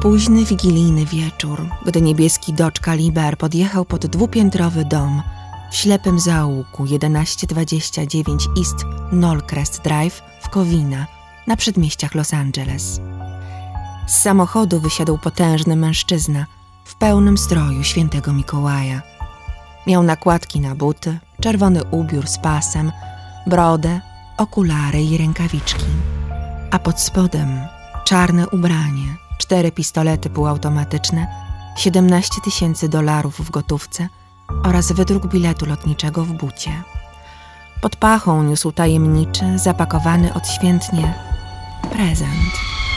Późny wigilijny wieczór, gdy niebieski Dodge Caliber podjechał pod dwupiętrowy dom w ślepym zaułku 1129 East Knollcrest Drive w Covina na przedmieściach Los Angeles. Z samochodu wysiadł potężny mężczyzna w pełnym stroju świętego Mikołaja. Miał nakładki na buty, czerwony ubiór z pasem, brodę, okulary i rękawiczki, a pod spodem czarne ubranie, 4 pistolety półautomatyczne, $17,000 w gotówce oraz wydruk biletu lotniczego w bucie. Pod pachą niósł tajemniczy, zapakowany odświętnie prezent.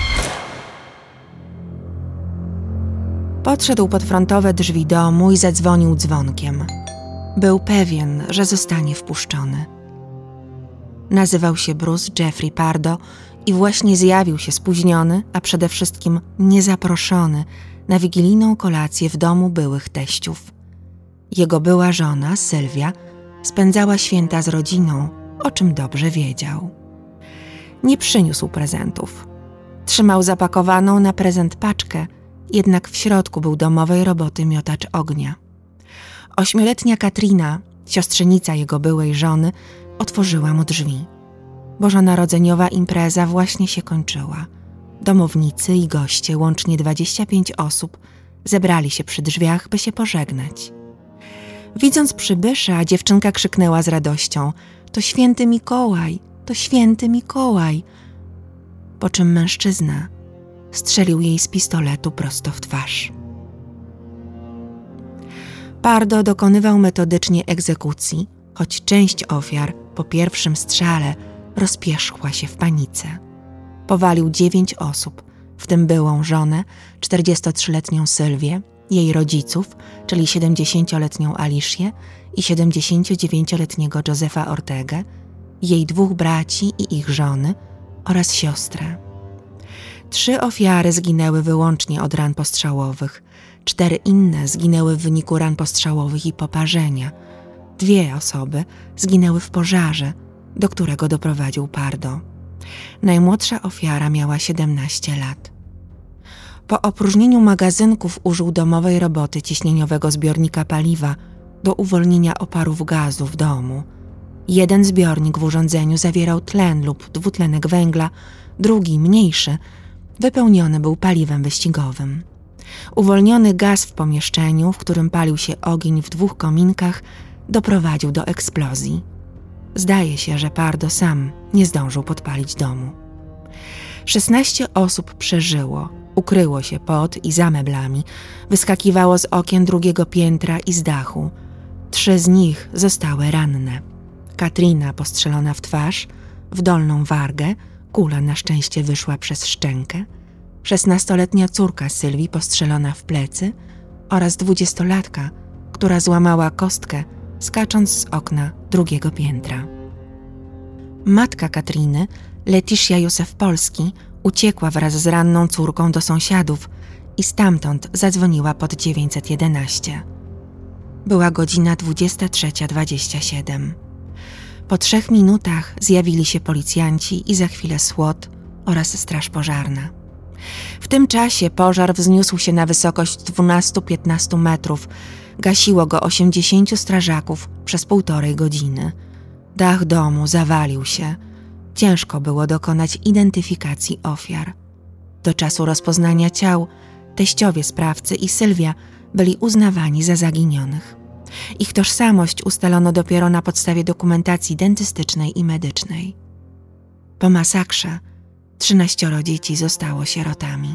Podszedł pod frontowe drzwi domu i zadzwonił dzwonkiem. Był pewien, że zostanie wpuszczony. Nazywał się Bruce Jeffrey Pardo i właśnie zjawił się spóźniony, a przede wszystkim niezaproszony na wigilijną kolację w domu byłych teściów. Jego była żona, Sylwia, spędzała święta z rodziną, o czym dobrze wiedział. Nie przyniósł prezentów. Trzymał zapakowaną na prezent paczkę, jednak w środku był domowej roboty miotacz ognia. 8-letnia Katrina, siostrzenica jego byłej żony, otworzyła mu drzwi. Bożonarodzeniowa impreza właśnie się kończyła. Domownicy i goście, łącznie 25 osób, zebrali się przy drzwiach, by się pożegnać. Widząc przybysza, dziewczynka krzyknęła z radością: „To święty Mikołaj! To święty Mikołaj!” Po czym mężczyzna strzelił jej z pistoletu prosto w twarz. Pardo dokonywał metodycznie egzekucji, choć część ofiar po pierwszym strzale rozpierzchła się w panice. Powalił 9 osób, w tym byłą żonę, 43-letnią Sylwię, jej rodziców, czyli 70-letnią Alicię i 79-letniego Josepha Ortegę, jej 2 braci i ich żony oraz siostrę. 3 ofiary zginęły wyłącznie od ran postrzałowych, 4 inne zginęły w wyniku ran postrzałowych i poparzenia. 2 osoby zginęły w pożarze, do którego doprowadził Pardo. Najmłodsza ofiara miała 17 lat. Po opróżnieniu magazynków użył domowej roboty ciśnieniowego zbiornika paliwa do uwolnienia oparów gazu w domu. Jeden zbiornik w urządzeniu zawierał tlen lub dwutlenek węgla, drugi, mniejszy, wypełniony był paliwem wyścigowym. Uwolniony gaz w pomieszczeniu, w którym palił się ogień w 2 kominkach, doprowadził do eksplozji. Zdaje się, że Pardo sam nie zdążył podpalić domu. 16 osób przeżyło, ukryło się pod i za meblami, wyskakiwało z okien 2. piętra i z dachu. 3 z nich zostały ranne. Katrina postrzelona w twarz, w dolną wargę, kula na szczęście wyszła przez szczękę, 16-letnia córka Sylwii postrzelona w plecy oraz 20-latka, która złamała kostkę, skacząc z okna 2. piętra. Matka Katriny, Leticia Józef-Polski, uciekła wraz z ranną córką do sąsiadów i stamtąd zadzwoniła pod 911. Była godzina 23:27. Po 3 minutach zjawili się policjanci i za chwilę SWAT oraz straż pożarna. W tym czasie pożar wzniósł się na wysokość 12-15 metrów. Gasiło go 80 strażaków przez 1,5 godziny. Dach domu zawalił się. Ciężko było dokonać identyfikacji ofiar. Do czasu rozpoznania ciał teściowie sprawcy i Sylwia byli uznawani za zaginionych. Ich tożsamość ustalono dopiero na podstawie dokumentacji dentystycznej i medycznej. Po masakrze 13 dzieci zostało sierotami.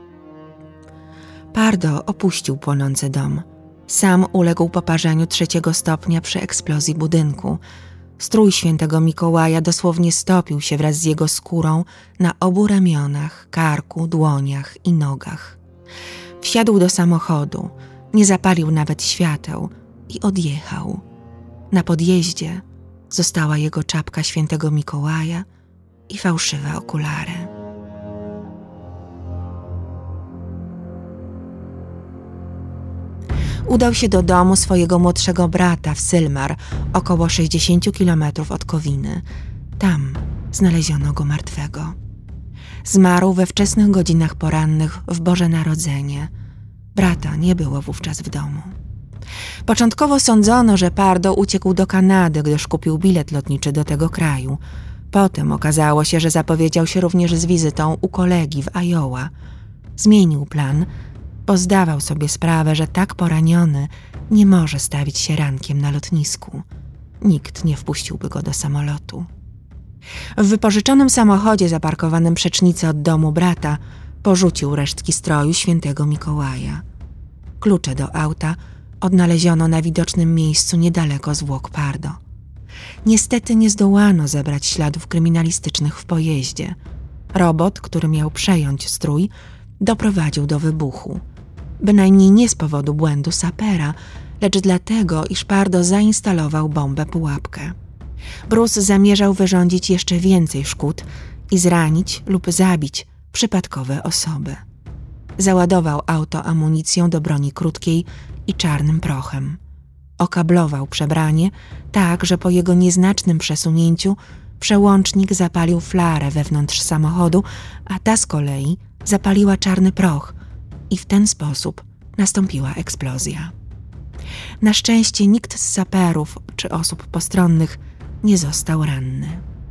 Pardo opuścił płonący dom. Sam uległ poparzeniu 3. stopnia przy eksplozji budynku. Strój świętego Mikołaja dosłownie stopił się wraz z jego skórą na obu ramionach, karku, dłoniach i nogach. Wsiadł do samochodu, nie zapalił nawet świateł i odjechał. Na podjeździe została jego czapka świętego Mikołaja i fałszywe okulary. Udał się do domu swojego młodszego brata w Sylmar, około 60 km od Coviny. Tam znaleziono go martwego. Zmarł we wczesnych godzinach porannych w Boże Narodzenie. Brata nie było wówczas w domu. Początkowo sądzono, że Pardo uciekł do Kanady, gdyż kupił bilet lotniczy do tego kraju. Potem okazało się, że zapowiedział się również z wizytą u kolegi w Iowa. Zmienił plan, bo zdawał sobie sprawę, że tak poraniony nie może stawić się rankiem na lotnisku. Nikt nie wpuściłby go do samolotu. W wypożyczonym samochodzie zaparkowanym przecznicy od domu brata porzucił resztki stroju świętego Mikołaja. Klucze do auta odnaleziono na widocznym miejscu niedaleko zwłok Pardo. Niestety nie zdołano zebrać śladów kryminalistycznych w pojeździe. Robot, który miał przejąć strój, doprowadził do wybuchu. Bynajmniej nie z powodu błędu sapera, lecz dlatego, iż Pardo zainstalował bombę pułapkę. Bruce zamierzał wyrządzić jeszcze więcej szkód i zranić lub zabić przypadkowe osoby. Załadował auto amunicją do broni krótkiej i czarnym prochem. Okablował przebranie tak, że po jego nieznacznym przesunięciu przełącznik zapalił flarę wewnątrz samochodu, a ta z kolei zapaliła czarny proch i w ten sposób nastąpiła eksplozja. Na szczęście nikt z saperów czy osób postronnych nie został ranny.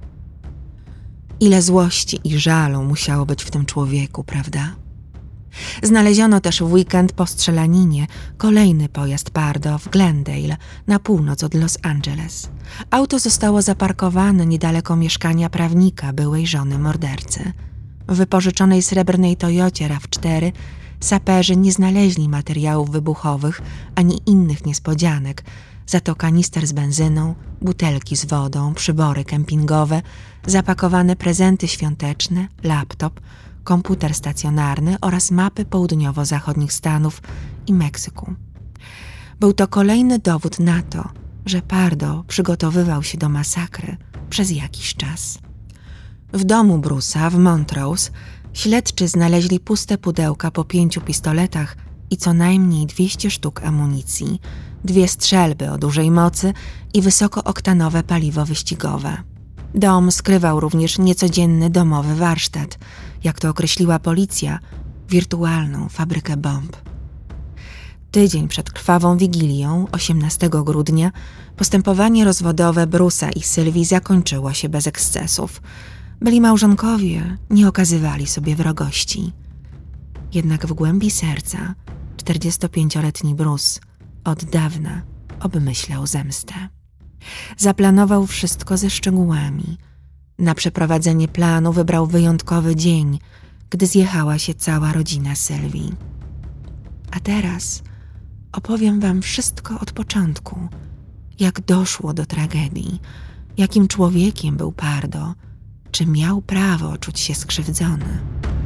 Ile złości i żalu musiało być w tym człowieku, prawda? Znaleziono też w weekend po strzelaninie kolejny pojazd Pardo w Glendale, na północ od Los Angeles. Auto zostało zaparkowane niedaleko mieszkania prawnika byłej żony mordercy. W wypożyczonej srebrnej Toyocie RAV4 saperzy nie znaleźli materiałów wybuchowych ani innych niespodzianek, za to kanister z benzyną, butelki z wodą, przybory kempingowe, zapakowane prezenty świąteczne, laptop, komputer stacjonarny oraz mapy południowo-zachodnich Stanów i Meksyku. Był to kolejny dowód na to, że Pardo przygotowywał się do masakry przez jakiś czas. W domu Bruce'a w Montrose śledczy znaleźli puste pudełka po 5 pistoletach i co najmniej 200 sztuk amunicji, 2 strzelby o dużej mocy i wysokooktanowe paliwo wyścigowe. Dom skrywał również niecodzienny domowy warsztat, jak to określiła policja, wirtualną fabrykę bomb. Tydzień przed krwawą Wigilią, 18 grudnia, postępowanie rozwodowe Bruce'a i Sylwii zakończyło się bez ekscesów. Byli małżonkowie, nie okazywali sobie wrogości. Jednak w głębi serca 45-letni Bruce od dawna obmyślał zemstę. Zaplanował wszystko ze szczegółami. Na przeprowadzenie planu wybrał wyjątkowy dzień, gdy zjechała się cała rodzina Sylwii. A teraz opowiem wam wszystko od początku, jak doszło do tragedii, jakim człowiekiem był Pardo, czy miał prawo czuć się skrzywdzony.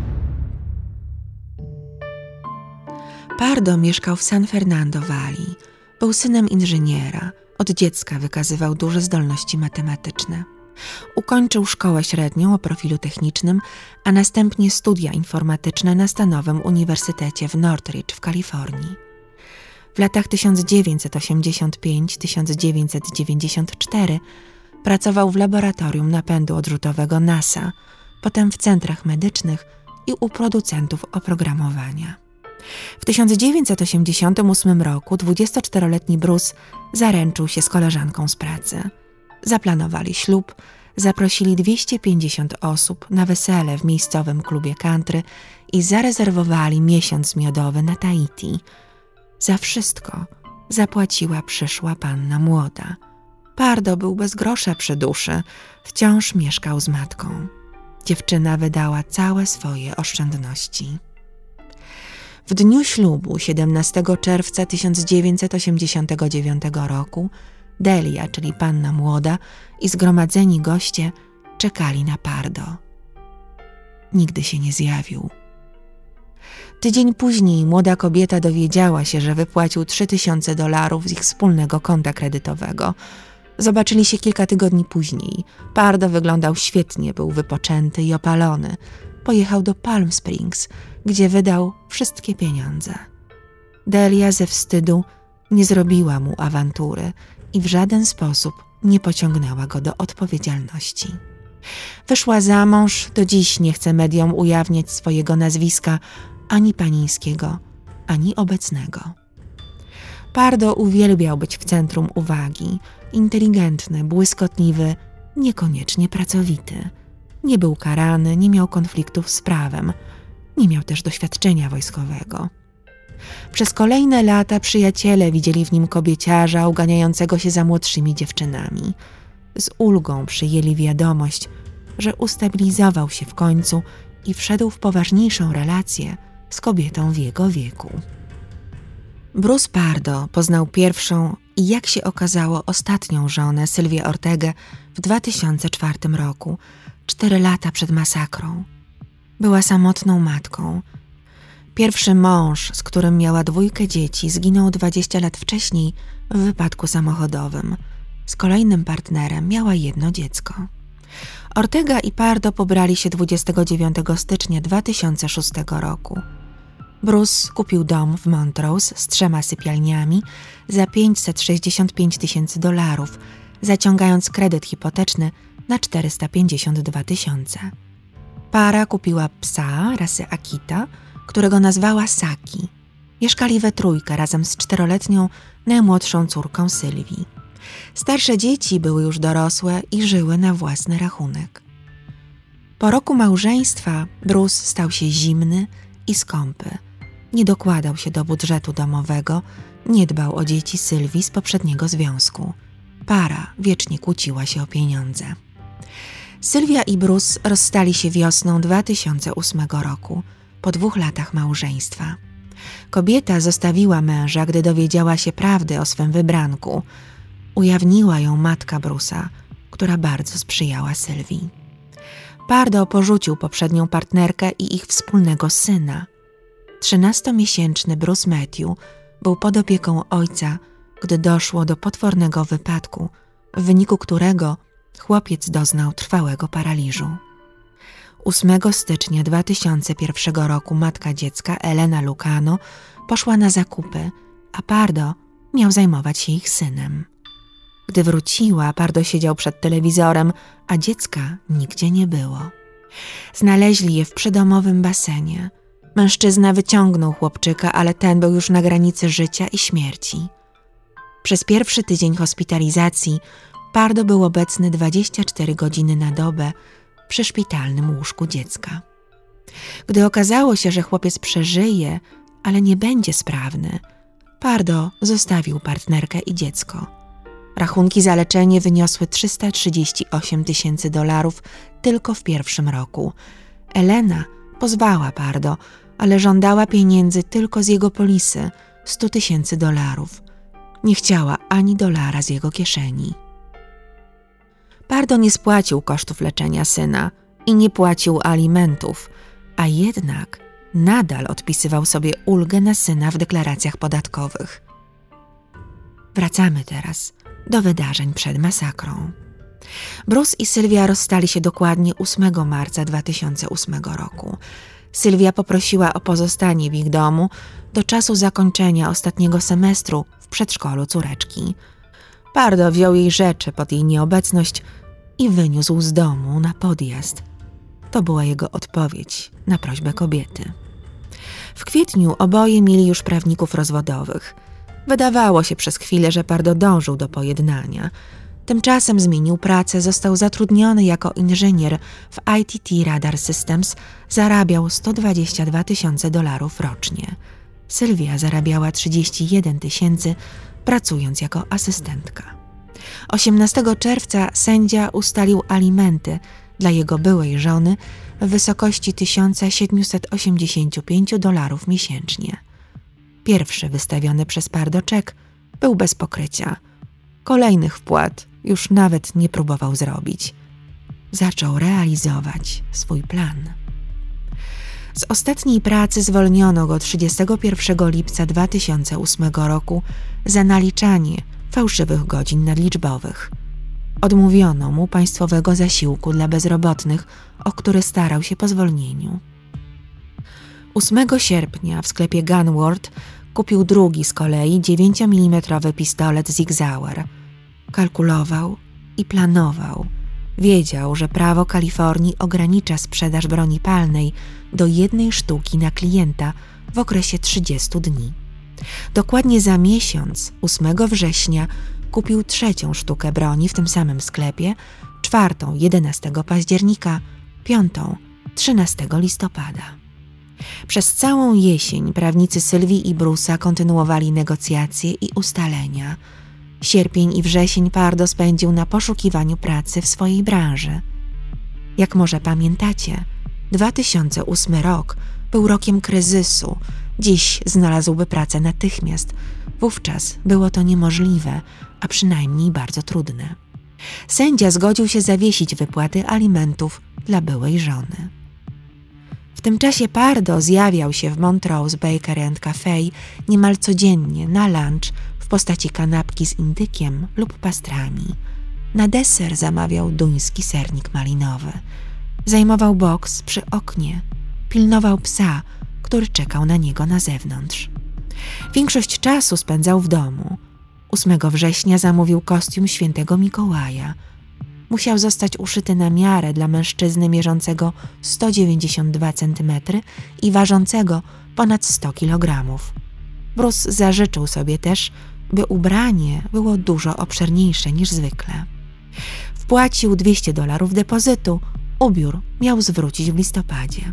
Pardo mieszkał w San Fernando Valley. Był synem inżyniera. Od dziecka wykazywał duże zdolności matematyczne. Ukończył szkołę średnią o profilu technicznym, a następnie studia informatyczne na Stanowym Uniwersytecie w Northridge w Kalifornii. W latach 1985–1994 pracował w laboratorium napędu odrzutowego NASA, potem w centrach medycznych i u producentów oprogramowania. W 1988 roku 24-letni Bruce zaręczył się z koleżanką z pracy. Zaplanowali ślub, zaprosili 250 osób na wesele w miejscowym klubie country i zarezerwowali miesiąc miodowy na Tahiti. Za wszystko zapłaciła przyszła panna młoda. Pardo był bez grosza przy duszy, wciąż mieszkał z matką. Dziewczyna wydała całe swoje oszczędności. W dniu ślubu 17 czerwca 1989 roku Delia, czyli panna młoda, i zgromadzeni goście czekali na Pardo. Nigdy się nie zjawił. Tydzień później młoda kobieta dowiedziała się, że wypłacił $3000 z ich wspólnego konta kredytowego. Zobaczyli się kilka tygodni później. Pardo wyglądał świetnie, był wypoczęty i opalony. Pojechał do Palm Springs, gdzie wydał wszystkie pieniądze. Delia ze wstydu nie zrobiła mu awantury i w żaden sposób nie pociągnęła go do odpowiedzialności. Wyszła za mąż, do dziś nie chce mediom ujawniać swojego nazwiska, ani panieńskiego, ani obecnego. Pardo uwielbiał być w centrum uwagi. Inteligentny, błyskotliwy, niekoniecznie pracowity. Nie był karany, nie miał konfliktów z prawem. Nie miał też doświadczenia wojskowego. Przez kolejne lata przyjaciele widzieli w nim kobieciarza uganiającego się za młodszymi dziewczynami. Z ulgą przyjęli wiadomość, że ustabilizował się w końcu i wszedł w poważniejszą relację z kobietą w jego wieku. Bruce Pardo poznał pierwszą i, jak się okazało, ostatnią żonę, Sylwię Ortegę, w 2004 roku, 4 lata przed masakrą. Była samotną matką. Pierwszy mąż, z którym miała 2 dzieci, zginął 20 lat wcześniej w wypadku samochodowym. Z kolejnym partnerem miała 1 dziecko. Ortega i Pardo pobrali się 29 stycznia 2006 roku. Bruce kupił dom w Montrose z 3 sypialniami za $565 000, zaciągając kredyt hipoteczny na $452 000. Para kupiła psa rasy Akita, którego nazwała Saki. Mieszkali we trójkę razem z 4-letnią, najmłodszą córką Sylwii. Starsze dzieci były już dorosłe i żyły na własny rachunek. Po roku małżeństwa Bruce stał się zimny i skąpy. Nie dokładał się do budżetu domowego, nie dbał o dzieci Sylwii z poprzedniego związku. Para wiecznie kłóciła się o pieniądze. Sylwia i Bruce rozstali się wiosną 2008 roku, po 2 latach małżeństwa. Kobieta zostawiła męża, gdy dowiedziała się prawdy o swym wybranku. Ujawniła ją matka Bruce'a, która bardzo sprzyjała Sylwii. Pardo porzucił poprzednią partnerkę i ich wspólnego syna. 13-miesięczny Bruce Matthew był pod opieką ojca, gdy doszło do potwornego wypadku, w wyniku którego chłopiec doznał trwałego paraliżu. 8 stycznia 2001 roku matka dziecka, Elena Lucano, poszła na zakupy, a Pardo miał zajmować się ich synem. Gdy wróciła, Pardo siedział przed telewizorem, a dziecka nigdzie nie było. Znaleźli je w przydomowym basenie. Mężczyzna wyciągnął chłopczyka, ale ten był już na granicy życia i śmierci. Przez pierwszy tydzień hospitalizacji Pardo był obecny 24 godziny na dobę przy szpitalnym łóżku dziecka. Gdy okazało się, że chłopiec przeżyje, ale nie będzie sprawny, Pardo zostawił partnerkę i dziecko. Rachunki za leczenie wyniosły $338 000 tylko w pierwszym roku. Elena pozwała Pardo, ale żądała pieniędzy tylko z jego polisy, $100 000. Nie chciała ani dolara z jego kieszeni. Pardo nie spłacił kosztów leczenia syna i nie płacił alimentów, a jednak nadal odpisywał sobie ulgę na syna w deklaracjach podatkowych. Wracamy teraz do wydarzeń przed masakrą. Bruce i Sylwia rozstali się dokładnie 8 marca 2008 roku. Sylwia poprosiła o pozostanie w ich domu do czasu zakończenia ostatniego semestru w przedszkolu córeczki. Pardo wziął jej rzeczy pod jej nieobecność i wyniósł z domu na podjazd. To była jego odpowiedź na prośbę kobiety. W kwietniu oboje mieli już prawników rozwodowych. Wydawało się przez chwilę, że Pardo dążył do pojednania. Tymczasem zmienił pracę, został zatrudniony jako inżynier w ITT Radar Systems, zarabiał $122 000 rocznie. Sylwia zarabiała 31 000, pracując jako asystentka. 18 czerwca sędzia ustalił alimenty dla jego byłej żony w wysokości $1785 miesięcznie. Pierwszy wystawiony przez Pardo czek był bez pokrycia. Kolejnych wpłat już nawet nie próbował zrobić. Zaczął realizować swój plan. Z ostatniej pracy zwolniono go 31 lipca 2008 roku za naliczanie fałszywych godzin nadliczbowych. Odmówiono mu państwowego zasiłku dla bezrobotnych, o który starał się po zwolnieniu. 8 sierpnia w sklepie Gunworth kupił drugi z kolei 9 mm pistolet Sig Sauer. Kalkulował i planował, Wiedział, że prawo Kalifornii ogranicza sprzedaż broni palnej do 1 sztuki na klienta w okresie 30 dni. Dokładnie za miesiąc, 8 września, kupił 3. sztukę broni w tym samym sklepie, 4. 11 października, 5. 13 listopada. Przez całą jesień prawnicy Sylwii i Bruce'a kontynuowali negocjacje i ustalenia. Sierpień i wrzesień Pardo spędził na poszukiwaniu pracy w swojej branży. Jak może pamiętacie, 2008 rok był rokiem kryzysu. Dziś znalazłby pracę natychmiast. Wówczas było to niemożliwe, a przynajmniej bardzo trudne. Sędzia zgodził się zawiesić wypłaty alimentów dla żony. W tym czasie Pardo zjawiał się w Montrose Bakery and Cafe niemal codziennie na lunch w postaci kanapki z indykiem lub pastrami. Na deser zamawiał duński sernik malinowy. Zajmował boks przy oknie. Pilnował psa, który czekał na niego na zewnątrz. Większość czasu spędzał w domu. 8 września zamówił kostium świętego Mikołaja. Musiał zostać uszyty na miarę dla mężczyzny mierzącego 192 cm i ważącego ponad 100 kg. Bruce zażyczył sobie też, by ubranie było dużo obszerniejsze niż zwykle. Wpłacił $200 depozytu, ubiór miał zwrócić w listopadzie.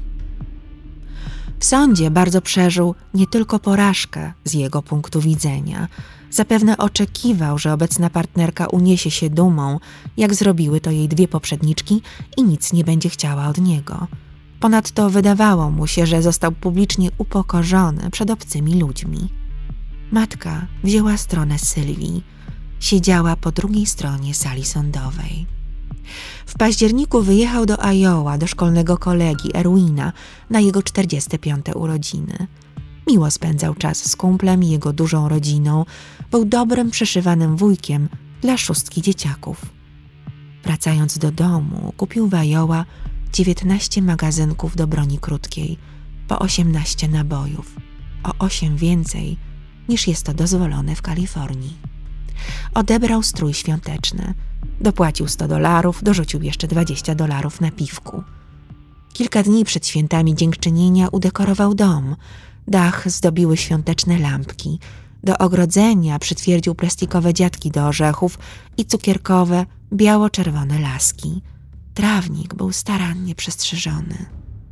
W sądzie bardzo przeżył nie tylko porażkę z jego punktu widzenia. Zapewne oczekiwał, że obecna partnerka uniesie się dumą, jak zrobiły to jej 2 poprzedniczki i nic nie będzie chciała od niego. Ponadto wydawało mu się, że został publicznie upokorzony przed obcymi ludźmi. Matka wzięła stronę Sylwii. Siedziała po drugiej stronie sali sądowej. W październiku wyjechał do Iowa, do szkolnego kolegi Erwina na jego 45. urodziny. Miło spędzał czas z kumplem i jego dużą rodziną. Był dobrym, przyszywanym wujkiem dla 6 dzieciaków. Wracając do domu, kupił w Iowa 19 magazynków do broni krótkiej, po 18 nabojów, o 8 więcej niż jest to dozwolone w Kalifornii. Odebrał strój świąteczny, dopłacił $100, dorzucił jeszcze $20 na piwku. Kilka dni przed świętami dziękczynienia udekorował dom. Dach zdobiły świąteczne lampki. Do ogrodzenia przytwierdził plastikowe dziadki do orzechów i cukierkowe, biało-czerwone laski. Trawnik był starannie przestrzyżony.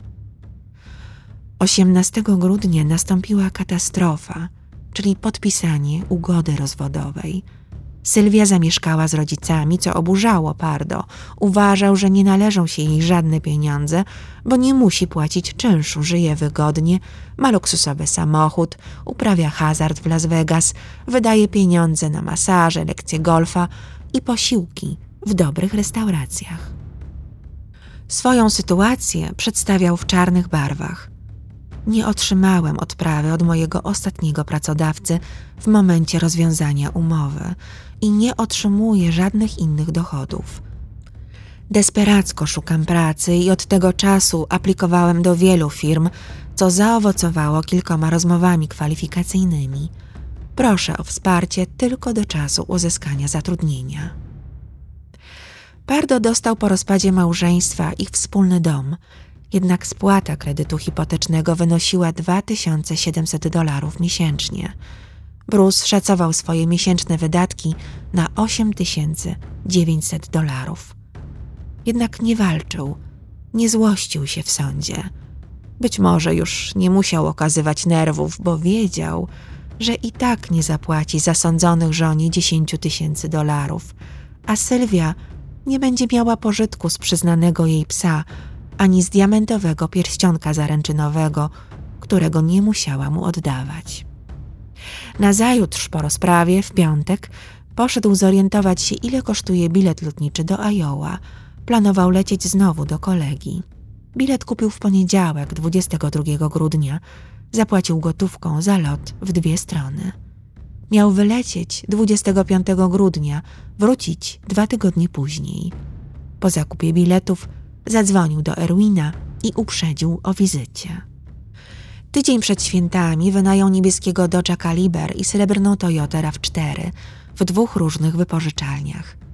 18 grudnia nastąpiła katastrofa, czyli podpisanie ugody rozwodowej. Sylwia zamieszkała z rodzicami, co oburzało Pardo. Uważał, że nie należą się jej żadne pieniądze, bo nie musi płacić czynszu, żyje wygodnie, ma luksusowy samochód, uprawia hazard w Las Vegas, wydaje pieniądze na masaże, lekcje golfa i posiłki w dobrych restauracjach. Swoją sytuację przedstawiał w czarnych barwach. Nie otrzymałem odprawy od mojego ostatniego pracodawcy w momencie rozwiązania umowy i nie otrzymuję żadnych innych dochodów. Desperacko szukam pracy i od tego czasu aplikowałem do wielu firm, co zaowocowało kilkoma rozmowami kwalifikacyjnymi. Proszę o wsparcie tylko do czasu uzyskania zatrudnienia. Pardo dostał po rozpadzie małżeństwa ich wspólny dom, jednak spłata kredytu hipotecznego wynosiła $2700 miesięcznie. Bruce szacował swoje miesięczne wydatki na $8900. Jednak nie walczył, nie złościł się w sądzie. Być może już nie musiał okazywać nerwów, bo wiedział, że i tak nie zapłaci zasądzonych żonie $10 000, a Sylwia nie będzie miała pożytku z przyznanego jej psa, ani z diamentowego pierścionka zaręczynowego, którego nie musiała mu oddawać. Nazajutrz po rozprawie, w piątek, poszedł zorientować się, ile kosztuje bilet lotniczy do Iowa. Planował lecieć znowu do kolegi. Bilet kupił w poniedziałek, 22 grudnia. Zapłacił gotówką za lot w 2 strony. Miał wylecieć 25 grudnia, wrócić 2 tygodnie później. Po zakupie biletów zadzwonił do Erwina i uprzedził o wizycie. Tydzień przed świętami wynajął niebieskiego Dodge'a Caliber i srebrną Toyotę RAV4 w 2 różnych wypożyczalniach. W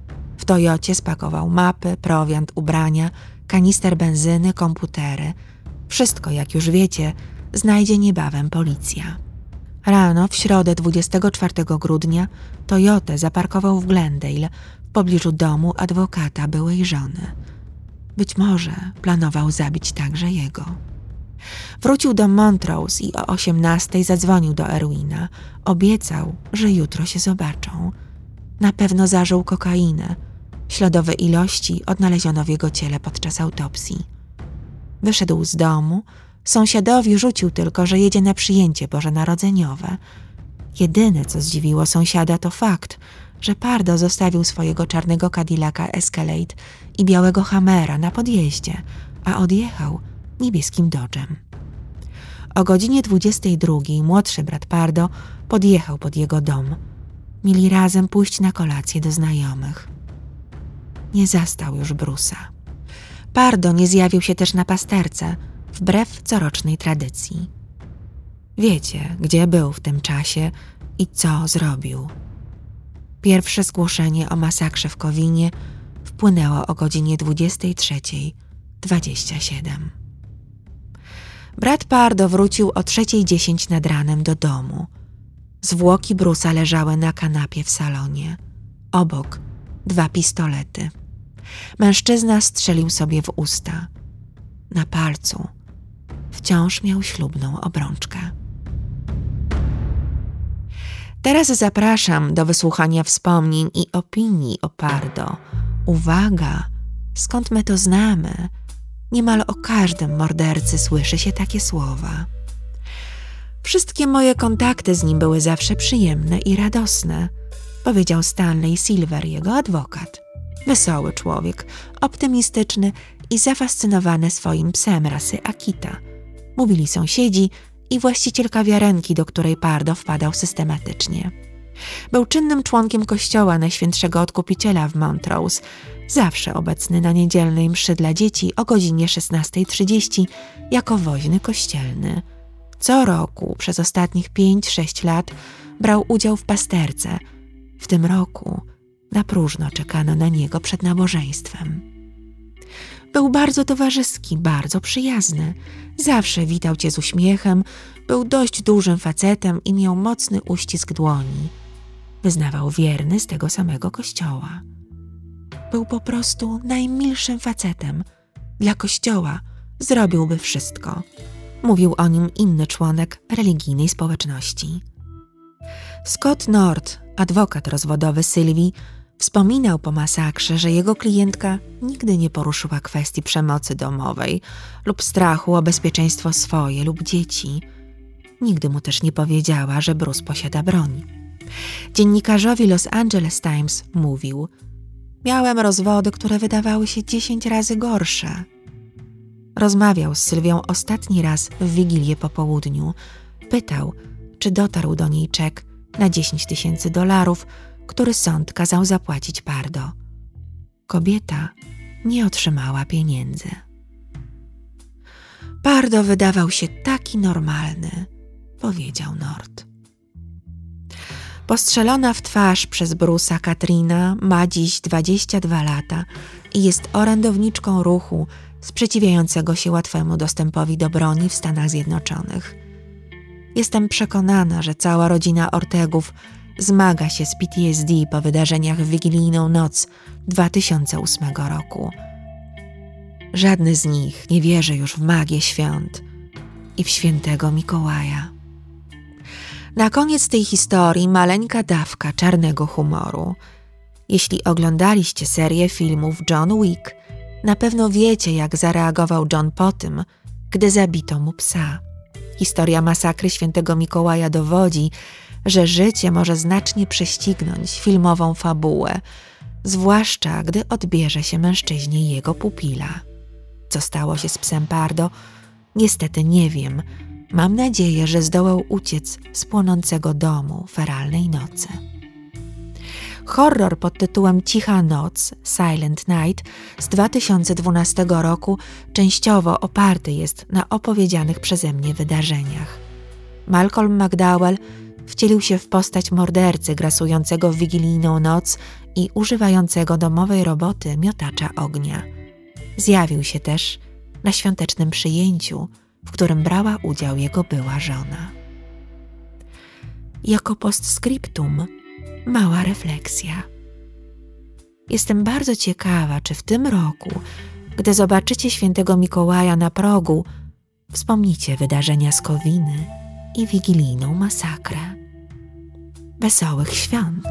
Toyocie spakował mapy, prowiant, ubrania, kanister benzyny, komputery. Wszystko, jak już wiecie, znajdzie niebawem policja. Rano w środę 24 grudnia Toyotę zaparkował w Glendale, w pobliżu domu adwokata byłej żony. Być może planował zabić także jego. Wrócił do Montrose i o 18:00 zadzwonił do Erwina. Obiecał, że jutro się zobaczą. Na pewno zażył kokainę. Śladowe ilości odnaleziono w jego ciele podczas autopsji. Wyszedł z domu. Sąsiadowi rzucił tylko, że jedzie na przyjęcie bożonarodzeniowe. Jedyne, co zdziwiło sąsiada, to fakt, że Pardo zostawił swojego czarnego Cadillaca Escalade i białego Hammera na podjeździe, a odjechał niebieskim Dodge'em. O godzinie 22:00 młodszy brat Pardo podjechał pod jego dom. Mieli razem pójść na kolację do znajomych. Nie zastał już Bruce'a. Pardo nie zjawił się też na pasterce, wbrew corocznej tradycji. Wiecie, gdzie był w tym czasie i co zrobił. Pierwsze zgłoszenie o masakrze w Covinie wpłynęło o godzinie 23:27. Brat Pardo wrócił o 3:10 nad ranem do domu. Zwłoki Bruce'a leżały na kanapie w salonie. Obok 2 pistolety. Mężczyzna strzelił sobie w usta. Na palcu wciąż miał ślubną obrączkę. Teraz zapraszam do wysłuchania wspomnień i opinii o Pardo. Uwaga, skąd my to znamy? Niemal o każdym mordercy słyszy się takie słowa. Wszystkie moje kontakty z nim były zawsze przyjemne i radosne, powiedział Stanley Silver, jego adwokat. Wesoły człowiek, optymistyczny i zafascynowany swoim psem rasy Akita. Mówili sąsiedzi i właściciel kawiarenki, do której Pardo wpadał systematycznie. Był czynnym członkiem kościoła Najświętszego Odkupiciela w Montrose, zawsze obecny na niedzielnej mszy dla dzieci o godzinie 16:30 jako woźny kościelny. Co roku przez ostatnich 5-6 lat brał udział w pasterce. W tym roku na próżno czekano na niego przed nabożeństwem. Był bardzo towarzyski, bardzo przyjazny. Zawsze witał cię z uśmiechem, był dość dużym facetem i miał mocny uścisk dłoni. Wyznawał wierny z tego samego kościoła. Był po prostu najmilszym facetem. Dla kościoła zrobiłby wszystko. Mówił o nim inny członek religijnej społeczności. Scott Nord, adwokat rozwodowy Sylwii, wspominał po masakrze, że jego klientka nigdy nie poruszyła kwestii przemocy domowej lub strachu o bezpieczeństwo swoje lub dzieci. Nigdy mu też nie powiedziała, że Bruce posiada broń. Dziennikarzowi Los Angeles Times mówił: miałem rozwody, które wydawały się 10 razy gorsze. Rozmawiał z Sylwią ostatni raz w Wigilię po południu. Pytał, czy dotarł do niej czek na $10,000, który sąd kazał zapłacić Pardo. Kobieta nie otrzymała pieniędzy. Pardo wydawał się taki normalny, powiedział Nord. Postrzelona w twarz przez Bruce'a Katrina ma dziś 22 lata i jest orędowniczką ruchu sprzeciwiającego się łatwemu dostępowi do broni w Stanach Zjednoczonych. Jestem przekonana, że cała rodzina Ortegów zmaga się z PTSD po wydarzeniach w wigilijną noc 2008 roku. Żadny z nich nie wierzy już w magię świąt i w świętego Mikołaja. Na koniec tej historii maleńka dawka czarnego humoru. Jeśli oglądaliście serię filmów John Wick, na pewno wiecie, jak zareagował John po tym, gdy zabito mu psa. Historia masakry świętego Mikołaja dowodzi, że życie może znacznie prześcignąć filmową fabułę, zwłaszcza gdy odbierze się mężczyźnie jego pupila. Co stało się z psem Pardo? Niestety nie wiem. Mam nadzieję, że zdołał uciec z płonącego domu feralnej nocy. Horror pod tytułem Cicha noc, Silent Night z 2012 roku częściowo oparty jest na opowiedzianych przeze mnie wydarzeniach. Malcolm McDowell wcielił się w postać mordercy grasującego w wigilijną noc i używającego domowej roboty miotacza ognia. Zjawił się też na świątecznym przyjęciu, w którym brała udział jego była żona. Jako postscriptum mała refleksja. Jestem bardzo ciekawa, czy w tym roku, gdy zobaczycie świętego Mikołaja na progu, wspomnicie wydarzenia z Kowiny i wigilijną masakrę. Wesołych świąt!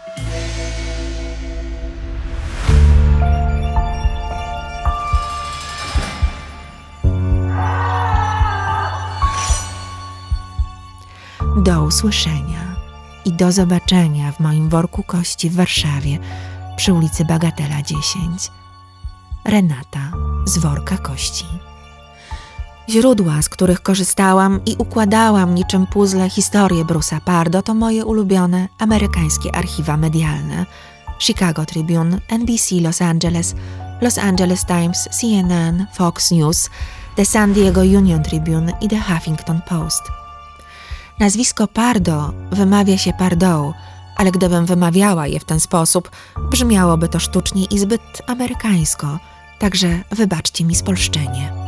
Do usłyszenia i do zobaczenia w moim worku kości w Warszawie przy ulicy Bagatela 10. Renata z worka kości. Źródła, z których korzystałam i układałam niczym puzzle historię Bruce'a Pardo, to moje ulubione amerykańskie archiwa medialne: Chicago Tribune, NBC Los Angeles Times, CNN, Fox News, The San Diego Union Tribune i The Huffington Post. Nazwisko Pardo wymawia się Pardo, ale gdybym wymawiała je w ten sposób, brzmiałoby to sztucznie i zbyt amerykańsko, także wybaczcie mi spolszczenie.